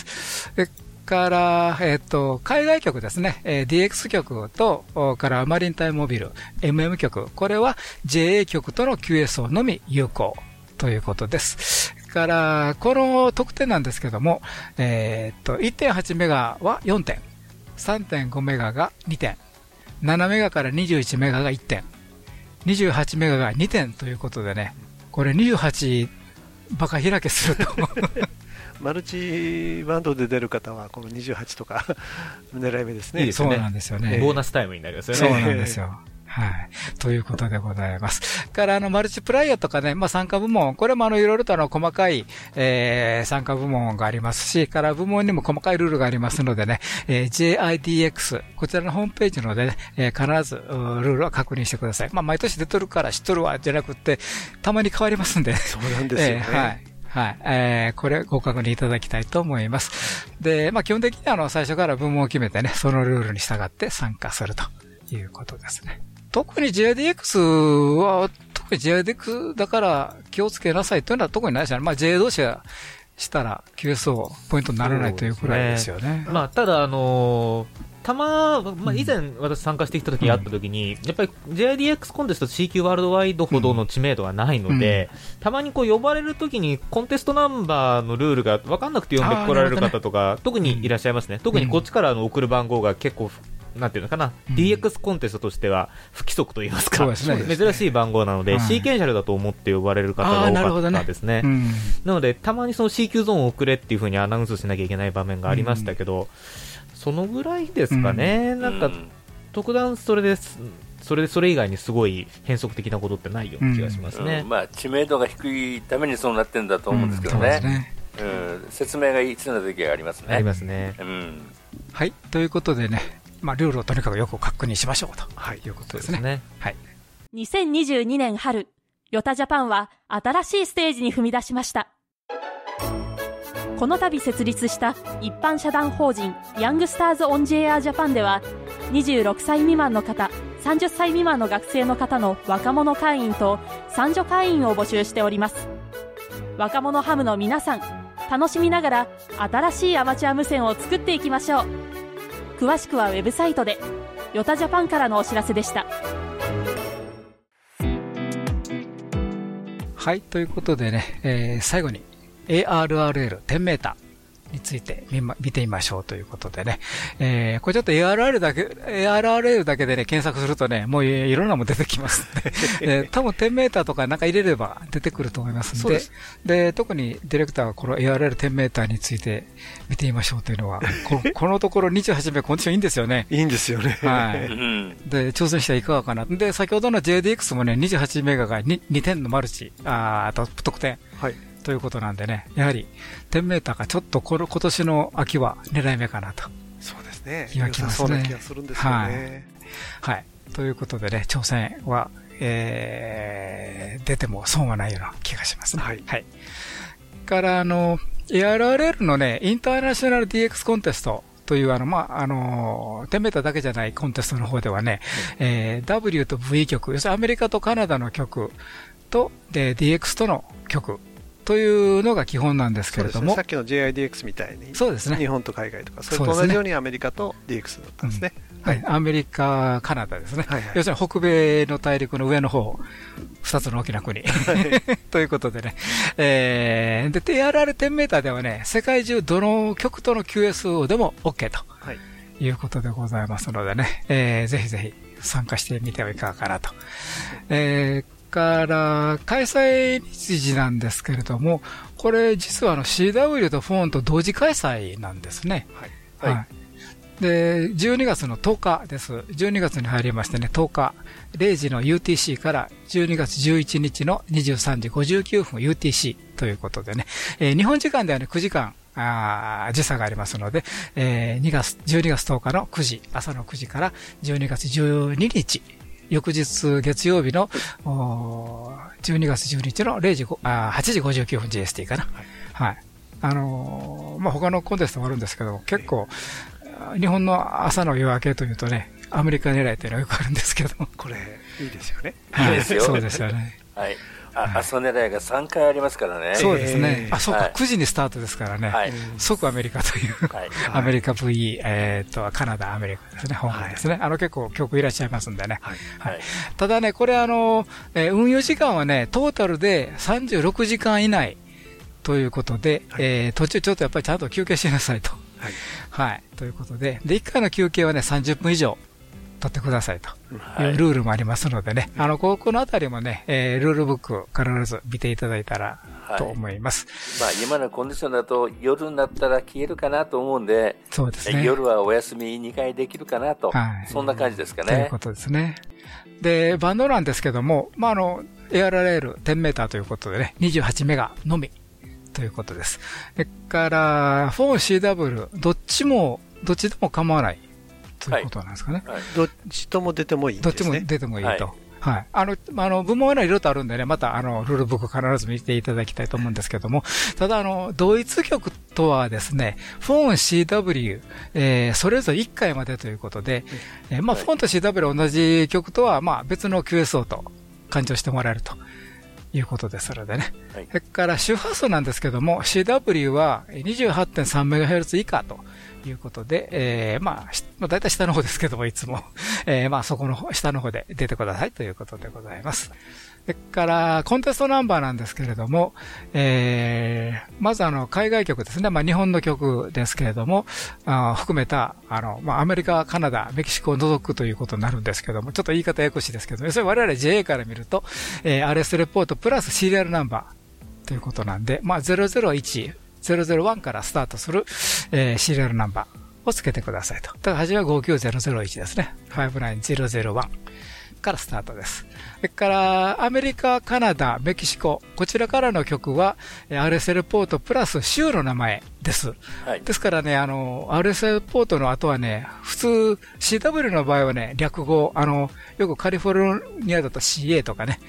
はい、から、えっと、海外局ですね。えー、ディーエックス 局と、からマリンタイムモビル、エムエム 局。これは ジェイエー 局との キューエスオー のみ有効ということです。から、この特典なんですけども、えー、っと、いってんはち メガはよんてん、さんてんご メガがにてん、ななメガからにじゅういちメガがいってん、にじゅうはちメガがにてんということでね、これにじゅうはちバカ開けするとマルチバンドで出る方はこのにじゅうはちとか狙い目ですね。 いいですね。 そうなんですよね。 ボーナスタイムになりますよね。 そうなんですよ。はい。ということでございます。から、あの、マルチプライヤーとかね、まあ、参加部門、これもあの、いろいろとあの、細かい、えー、参加部門がありますし、から部門にも細かいルールがありますのでね、えー、ジェイアイディーエックス、こちらのホームページのでね、えー、必ず、ルールは確認してください。まあ、毎年出とるから知っとるわ、じゃなくて、たまに変わりますんで。 そうなんですよね。 えー、はい。はい。えー、これご確認いただきたいと思います。で、まあ、基本的にあの、最初から部門を決めてね、そのルールに従って参加するということですね。特に ジェイアイディーエックス は、特に ジェイアイディーエックス だから気をつけなさいというのは特にないですよね。まあ ジェイ 同士がしたら キューエスオー ポイントにならないというくらいですよね。 まあただあのー、たま、まあ、以前私参加してきた時にあった時に、うん、やっぱり ジェイアイディーエックス コンテスト シーキュー ワールドワイドほどの知名度がないので、うん、たまにこう呼ばれる時にコンテストナンバーのルールが分かんなくて呼んでこられる方とか、ね、特にいらっしゃいますね。特にこっちからの送る番号が結構なんていうのかな、うん、ディーエックス コンテストとしては不規則といいますか、すね、珍しい番号なので、はい、シーケンシャルだと思って呼ばれる方が多かったですね。 な, ね、うん、なのでたまにその シーキュー ゾーンを送れっていう風にアナウンスしなきゃいけない場面がありましたけど、うん、そのぐらいですかね、うん、なんか特段それですそれでそれ以外にすごい変則的なことってないような気がしますね、 うんうん、まあ、知名度が低いためにそうなってるんだと思うんですけどね、うんね、うん、説明が必要な時がありますね。 ありますね、 うん、 はい、ということでね、まあ、ルールをとにかくよく確認しましょうと、はい、いうことですね。 そうですね、 はい、 にせんにじゅうにねん春、ヨタジャパンは新しいステージに踏み出しました。 この度設立した一般社団法人ヤングスターズオン ジェイアール ジャパンでは、にじゅうろくさい未満の方、さんじゅっさい未満の学生の方の若者会員と参助会員を募集しております。若者ハムの皆さん、楽しみながら新しいアマチュア無線を作っていきましょう。詳しくはウェブサイトで。ヨタジャパンからのお知らせでした。 はい、ということでね、えー、最後に エーアールアールエル テンメーターについて 見, 見てみましょうということでね、えー、これちょっと エーアールアール だけ、エーアールアールエル だけでね、検索するとね、もういろんなもん出てきますんで、えー、多分テンメーターとかなんか入れれば出てくると思いますんで、そうです。で、特にディレクターはこの エーアールエル テンメーターについて見てみましょうというのは、こ, このところにじゅうはちめいコンディションいいんですよね。 いいんですよね。 はい。で、挑戦したらいかがかな。で、先ほどの ジェイディーエックス もね、にじゅうはちメガが 2, にてんのマルチ、ああと得点。はい。ということなんでね、やはりテンメーターがちょっとこの今年の秋は狙い目かなと。 そうですね。 気がきますね。 そうな気がするんですよね。 はい。はい。ということでね、挑戦は、えー、出ても損はないような気がしますね。はい。はい。からあの エーアールアールエル のね、インターナショナル ディーエックス コンテストというあのまああのテンメーターだけじゃないコンテストの方ではね、うん、えー、ダブリュー と ブイ 曲、要するにアメリカとカナダの曲とで ディーエックス との曲。というのが基本なんですけれども、ね、 さっきの ジェイアイディーエックス みたいに、 そうですね、 日本と海外とか、それと同じようにアメリカと ディーエックス だったんですね。 うん、はい、アメリカ、カナダですね。はいはい、要するに北米の大陸の上の方、二つの大きな国。はい、ということでね、えー、で、エーアールアール テンメーターではね、世界中どの曲との キューエスオー でも OK と、はい、いうことでございますのでね、えー、ぜひぜひ参加してみてはいかがかなと。えーから開催日時なんですけれども、これ実はあの シーダブリュー とフォンと同時開催なんですね。はい。はいはい、で、じゅうにがつのとおかです。じゅうにがつに入りましてね、とおか、れいじの ユーティーシー からじゅうにがつじゅういちにちのにじゅうさんじごじゅうきゅうふん ユーティーシー ということでね、えー、日本時間ではね、くじかん、あ時差がありますので、えー、にがつ、じゅうにがつとおかのくじ、朝のくじからじゅうにがつじゅうににち、翌日月曜日のじゅうにがつじゅうににちのれいじあはちじごじゅうきゅうふん ジーエスティー かな。はい。はい、あのー、まあ、他のコンテストもあるんですけど、結構、日本の朝の夜明けというとね、アメリカ狙いというのはよくあるんですけど。 これ、いいですよね。 はい、いいですよ。そうですよね。 はい。あ、朝狙いがさんかいありますからね。 そうですね。あ、そうか、くじにスタートですからね。はい。即アメリカという、はい、アメリカ ブイ、えっと、カナダ、アメリカですね、本ですね。あの、結構曲いらっしゃいますんでね。はい。はい。ただね、これあの、えー、運用時間はね、トータルでさんじゅうろくじかん以内ということで、はい、えー、途中ちょっとやっぱりちゃんと休憩しなさいと。はい。はい。ということで、で、いっかいの休憩はね、さんじゅっぷん以上。取ってくださいというルールもありますのでね、はい、あの、ここのあたりもね、えー、ルールブック必ず見ていただいたらと思います。 はい、まあ、今のコンディションだと夜になったら消えるかなと思うんで、 そうですね。 夜はお休みにかいできるかなと、はい、そんな感じですかね。 ということですね。で、バンドなんですけども、まあ、あの、エーアールアールエル テンメーターということでね、にじゅうはちメガのみということです。それから、フォン シーダブリュー、どっちも、どっちでも構わない。ということなんですかね。 はいはい、どっちとも出てもいいんですね。 どっちも出てもいいと。はい。はい、あの、あの、部門はね、いろいろとあるんでね、また、あの、ルールブック必ず見ていただきたいと思うんですけども、ただ、あの、同一曲とはですね、フォン シーダブリュー、えー、それぞれいっかいまでということで、えー、まあ、はい、フォンと シーダブリュー 同じ曲とは、まあ、別の キューエスオー と勘定してもらえると。いうことですのでね。はい、それから周波数なんですけども、シーダブリュー は にじゅうはちてんさんメガヘルツ 以下ということで、えー、まあ、まあ、だいたい下の方ですけども、いつも、えー、まあ、そこの下の方で出てくださいということでございます。それから、コンテストナンバーなんですけれども、えー、まずあの、海外曲ですね。まあ、日本の曲ですけれども、あ含めた、あの、まあ、アメリカ、カナダ、メキシコを除くということになるんですけども、ちょっと言い方ややこしいですけども、それ我々 ジェイエー から見ると、えー、アールエス レポートプラスシリアルナンバーということなんで、まあ、ゼロゼロいち、ゼロゼロいちからスタートする、えー、シリアルナンバーをつけてくださいと。だから初めはごきゅうゼロゼロいちですね。ごきゅうゼロゼロいちからスタートです。それから、アメリカ、カナダ、メキシコ、こちらからの曲は、アールエス レポートプラス州の名前です。はい、ですからね、あの、アールエス レポートの後はね、普通、シーダブリュー の場合はね、略語、あの、よくカリフォルニアだと シーエー とかね、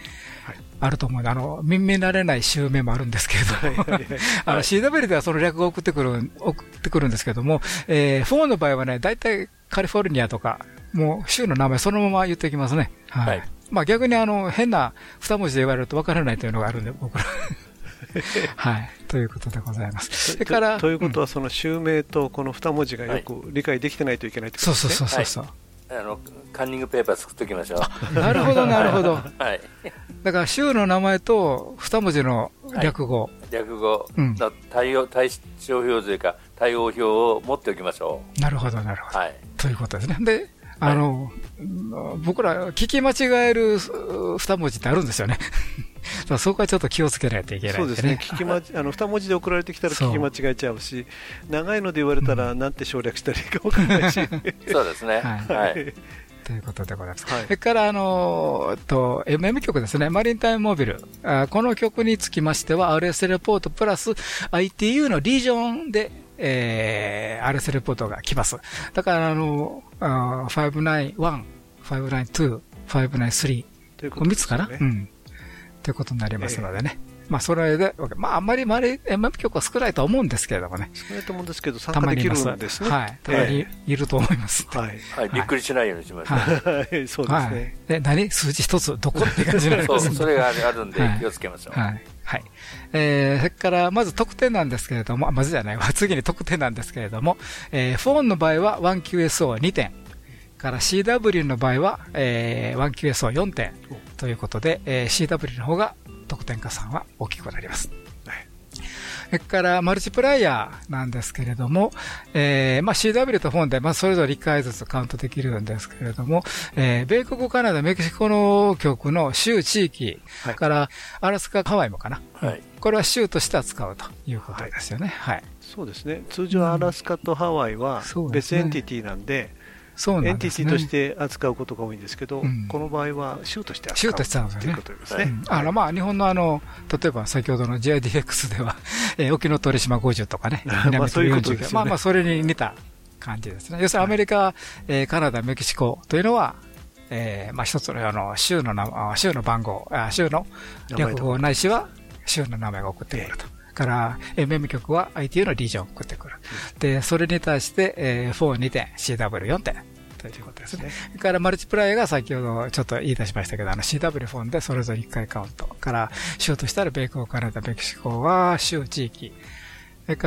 あると思う。あの、耳慣れない襲名もあるんですけれども、あの シーダブリュー ではその略語を送ってくる、送ってくるんですけども、えー、フォーの場合はね、大体カリフォルニアとか、もう州の名前そのまま言ってきますね。はい。はい、まあ逆にあの、変な二文字で言われるとわからないというのがあるんで、僕ら。はい。ということでございます。 それから、ということは、その襲名とこの二文字がよく理解できてないといけないってことですね。 そうそうそうそう。 あのカンニングペーパー作っておきましょう。 なるほどなるほど。 はい。 だから州の名前と二文字の略語、はい、 略語の対応対象表というか対応表を持っておきましょう。なるほどなるほど。はい。ということですね。で、あの、はい、僕ら聞き間違える二文字ってあるんですよね。そこはちょっと気をつけないといけない、ね、 そうですね。聞きまあの二文字で送られてきたら聞き間違えちゃうし、長いので言われたらなんて省略したらいいか分からないし。 そうですね。はい。はいということでございます。はい、それから、あのー、と、エムエム 局ですね、マリンタイムモビル。あこの曲につきましては、アールエス レポートプラス アイティーユー のリージョンで、えー、アールエス レポートが来ます。だから、あのー、ファイブナインワン、ファイブナインツー、ファイブナインスリー、ということですね。みっつかな、うん。ということになりますのでね。えーまあ、それで、まあ、あんまりマリ エムエム 局は少ないとは思うんですけれどもね。 少ないと思うんですけど、参加できるんですね。 はい。たまにいると思います。 はい。はい。びっくりしないようにしましょう。 はい。そうですね。 え、何数字一つ、どこって感じなんですか。 そう、それがあるんで気をつけましょう。 はい。はい。えー、それから、まず得点なんですけれども、まずじゃないわ。次に得点なんですけれども、えー、フォンの場合は ワンキューエスオーにてん。から シーダブリュー の場合は、えー、ワンキューエスオーよんてん。ということで、えー、シーダブリュー の方が、得点加算は大きくなります。はい、それからマルチプライヤーなんですけれども、えーまあ、シーダブリュー とフォンで、まあ、それぞれいっかいずつカウントできるんですけれども、えー、米国、カナダ、メキシコの局の州地域から、アラスカ、ハワイもかな、はい、これは州として扱うということですよね。はいはい、 そうですね。通常アラスカとハワイは別エンティティなんで、うんそうなんですね、 エンティティとして扱うことが多いんですけど、うん、この場合は州として扱う州として扱うということですね。 あのまあ日本のあの例えば先ほどの ジェーアイディーエックス では、えー、沖ノ鳥島ごじゅうとかね、 南鳥よんじゅう、 まあまあそれに似た感じですね。要するにアメリカ、はいえー、カナダ、メキシコというのは、えー、まあ一つのあの州の名州の番号、あ州の略語ないしは州の名前が送ってくると。えーから エムエム 局は アイティーユー のリージョンを送ってくる。うん、で、それに対して、えー、フォーにてん、シーダブリューよんてん。ということですね。それからマルチプライヤーが先ほどちょっと言い出しましたけど、あの シーダブリュー フォンでそれぞれいっかいカウント。から州としたら米国、カナダ、メキシコは州地域。それから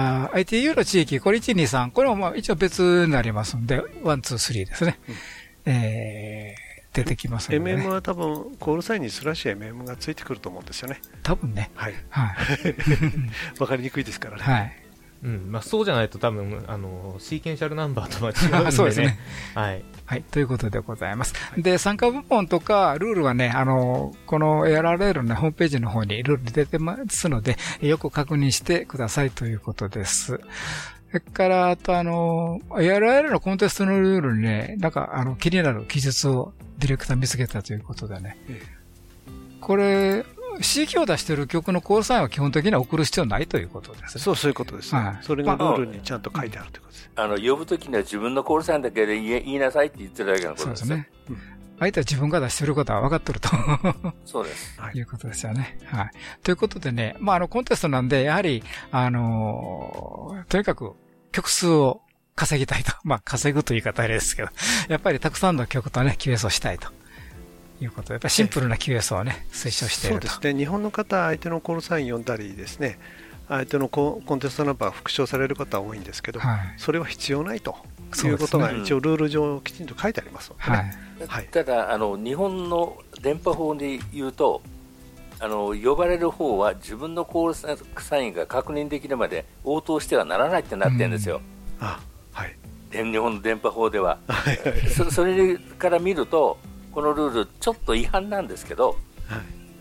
アイティーユー の地域、これいち、に、さん。これもまあ一応別になりますんで、いち、に、さんですね。うん、えー出てきますので、ね、 エムエム は多分コールサインにスラッシュ エムエム がついてくると思うんですよね。 多分ね。 はい。 はい。 わかりにくいですからね。 はい。 うんまあ、そうじゃないと多分あのシーケンシャルナンバーとは違うんでね。 そうですね。 はい。 はい。ということでございます。はい、で、参加部門とかルールはね、あの、この エーアールアール のホームページの方にルール出てますので、よく確認してくださいということです。それから、あとあの、エーアールアール のコンテストのルールにね、なんかあの気になる記述をディレクター見つけたということでね。ええ、これ、C キーを出している曲のコールサインは基本的には送る必要ないということですね。 そう、そういうことです、ね。はい。それがルールにちゃんと書いてあるということです。 あの、呼ぶときには自分のコールサインだけで言いなさいって言ってるだけのことです。 そうですね。うん、相手は自分が出していることは分かってると。 そうです。 はい。いうことですよね。はい。ということでね、まあ、あの、コンテストなんで、やはり、あのー、とにかく曲数を稼ぎたいと。まあ、稼ぐという言い方あれですけど、やっぱりたくさんの曲とね、キューエス をしたいと。いうことで、やっぱりシンプルな キューエス をね、推奨していると。 そうですね。日本の方は相手のコールサイン読んだりですね、相手のコンテストナンバー復唱される方は多いんですけど、はい、それは必要ないということが一応ルール上きちんと書いてありますのでね。 はい、ただあの日本の電波法で言うと、あの呼ばれる方は自分のコールサインが確認できるまで応答してはならないってなってるんですよ。 うん、あ、はい。 日本の電波法では。そ, それから見ると。このルールちょっと違反なんですけど、はい、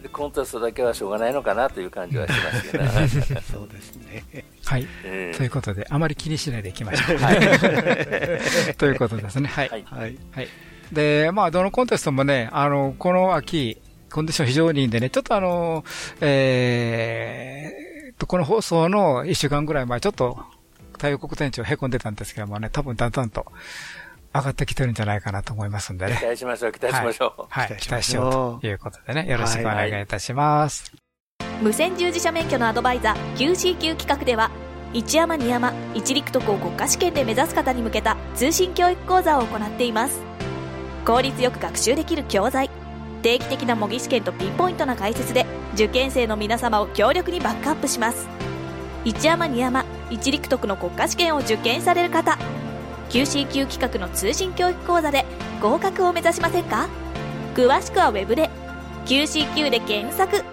コンテストだけはしょうがないのかなという感じはしますけど、ね、 そうですね。 はい、えー、ということであまり気にしないでいきましょう。はい、ということですね。はい。はい。はい、で、まあどのコンテストもね、あのこの秋コンディション非常にいいんでね、ちょっとあの、えー、この放送のいっしゅうかんぐらい前ちょっと太陽国店長へこんでたんですけどもね、多分だんだんと上がってきてるんじゃないかなと思いますんでね。 期待しましょう、期待しましょう。 はい、はい、期待しようということでね、よろしくお願いいたします。 はいはい、無線従事者免許のアドバイザー キューシーキュー 企画では、一山二山一陸徳を国家試験で目指す方に向けた通信教育講座を行っています。効率よく学習できる教材、定期的な模擬試験とピンポイントな解説で受験生の皆様を強力にバックアップします。一山二山一陸徳の国家試験を受験される方、 キューシーキュー 企画の通信教育講座で合格を目指しませんか？詳しくはウェブで キューシーキュー で検索。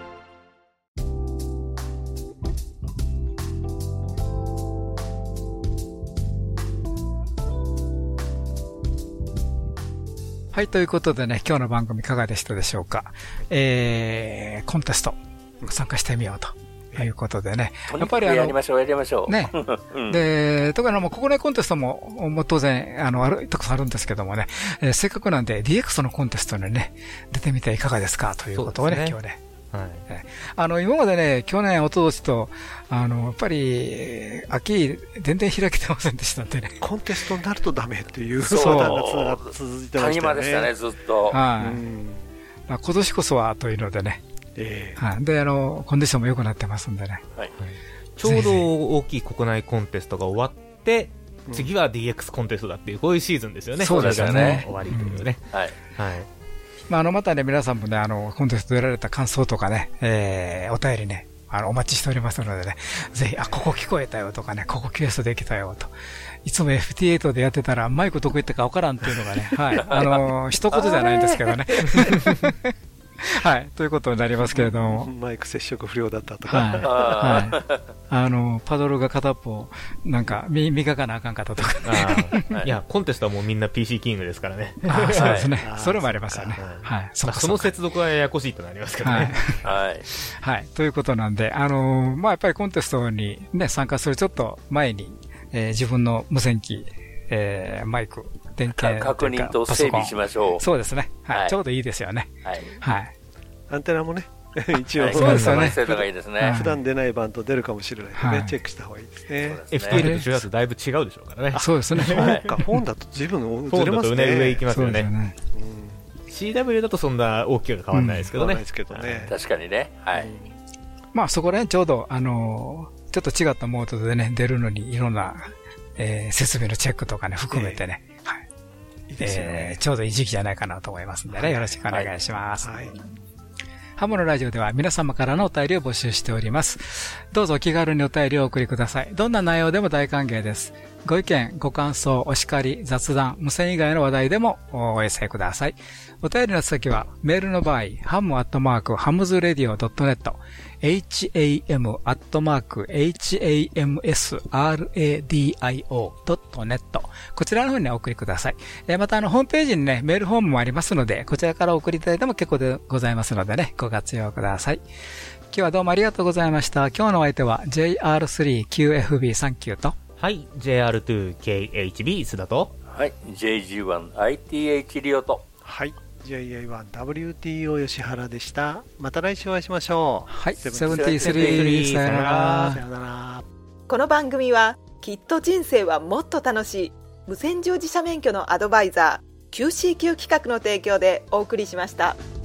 はい、ということでね、今日の番組いかがでしたでしょうか。えー、コンテスト参加してみようということでね。 やっぱりあの、やりましょう、やりましょう。 ね。うん、で、特にもう国内コンテストも、もう当然、あの、ある、たくさんあるんですけどもね、えー、せっかくなんで ディーエックス のコンテストにね、出てみていかがですかということをね、今日ね。はい、あの、今までね、去年、一昨年と、あの、やっぱり、秋、全然開けてませんでしたんでね。 コンテストになるとダメっていう相談が続いてましたね。 谷間でしたね、ずっと。 はい、うん。まあ、今年こそはというのでね。えー、はい。で、あの、コンディションも良くなってますんでね。はい。 ちょうど大きい国内コンテストが終わって、次は ディーエックス コンテストだっていう、こういうシーズンですよね。 そうですよね。 終わりというね。 はい。 はい。 まあ、あの、またね、皆さんもね、あの、コンテスト出られた感想とかね、えー、お便りね、あの、お待ちしておりますのでね、ぜひ、あ、ここ聞こえたよとかね、ここキュエストできたよと。いつも エフティーエイト でやってたら、マイクどこ行ったかわからんっていうのがね、はい。あの、一言じゃないんですけどね。はい。ということになりますけれども。 マイク接触不良だったとか。 はい。はい。あの、パドルが片っぽ、なんか、み、磨かなあかんかったとか。 いや、コンテストはもうみんな ピーシー キングですからね。 あそうですね。それもありますよね。はい。 その接続はややこしいとなりますけどね。 はい。 はい。ということなんで、あの、まあ、やっぱりコンテストにね、参加するちょっと前に、えー、自分の無線機、えー、マイク、電源確認と整備しましょう。 そうですね。はい。ちょうどいいですよね。はい。はい。 アンテナもね、一応、 そうですよね。 普段出ないバンド出るかもしれないので、チェックした方がいいですね。 エフティーエル と違うとだいぶ違うでしょうからね。 そうですね。 そうか、フォンだと随分ずれますね。 上行きますよね。シーダブリュー だとそんな大きく変わらないですけどね。 確かにね。はい。 まあそこら辺ちょうど、あの、ちょっと違ったモードでね、出るのにいろんな、えー、設備のチェックとかね、含めてね、えー、はい。いいですよね、えー、ちょうどいい時期じゃないかなと思いますんでね、はい、よろしくお願いします。はい。はい、ハモのラジオでは皆様からのお便りを募集しております。どうぞお気軽にお便りをお送りください。どんな内容でも大歓迎です。ご意見、ご感想、お叱り、雑談、無線以外の話題でもお寄せください。お便りの先は、メールの場合、ハムアットマーク、ハムズレディオ ドットネット、ham アットマーク、hamsradio ドットネット、こちらの方にお送りください。また、あの、ホームページにね、メールフォームもありますので、こちらからお送りいただいても結構でございますのでね、ご活用ください。今日はどうもありがとうございました。今日のお相手は ジェイアールスリーキューエフビーさんきゅう と、 はい、ジェイアールツーケーエイチビー 須田と、 はい、ジェイジーワンアイティーエイチ リオと、 はい、ジェイエーワンダブリューティーオー 吉原でした。また来週お会いしましょう。 はい、セブンティースリー、さよなら。 さよなら。 この番組は、きっと人生はもっと楽しい、無線乗自社免許のアドバイザー、キューシーキュー 企画の提供でお送りしました。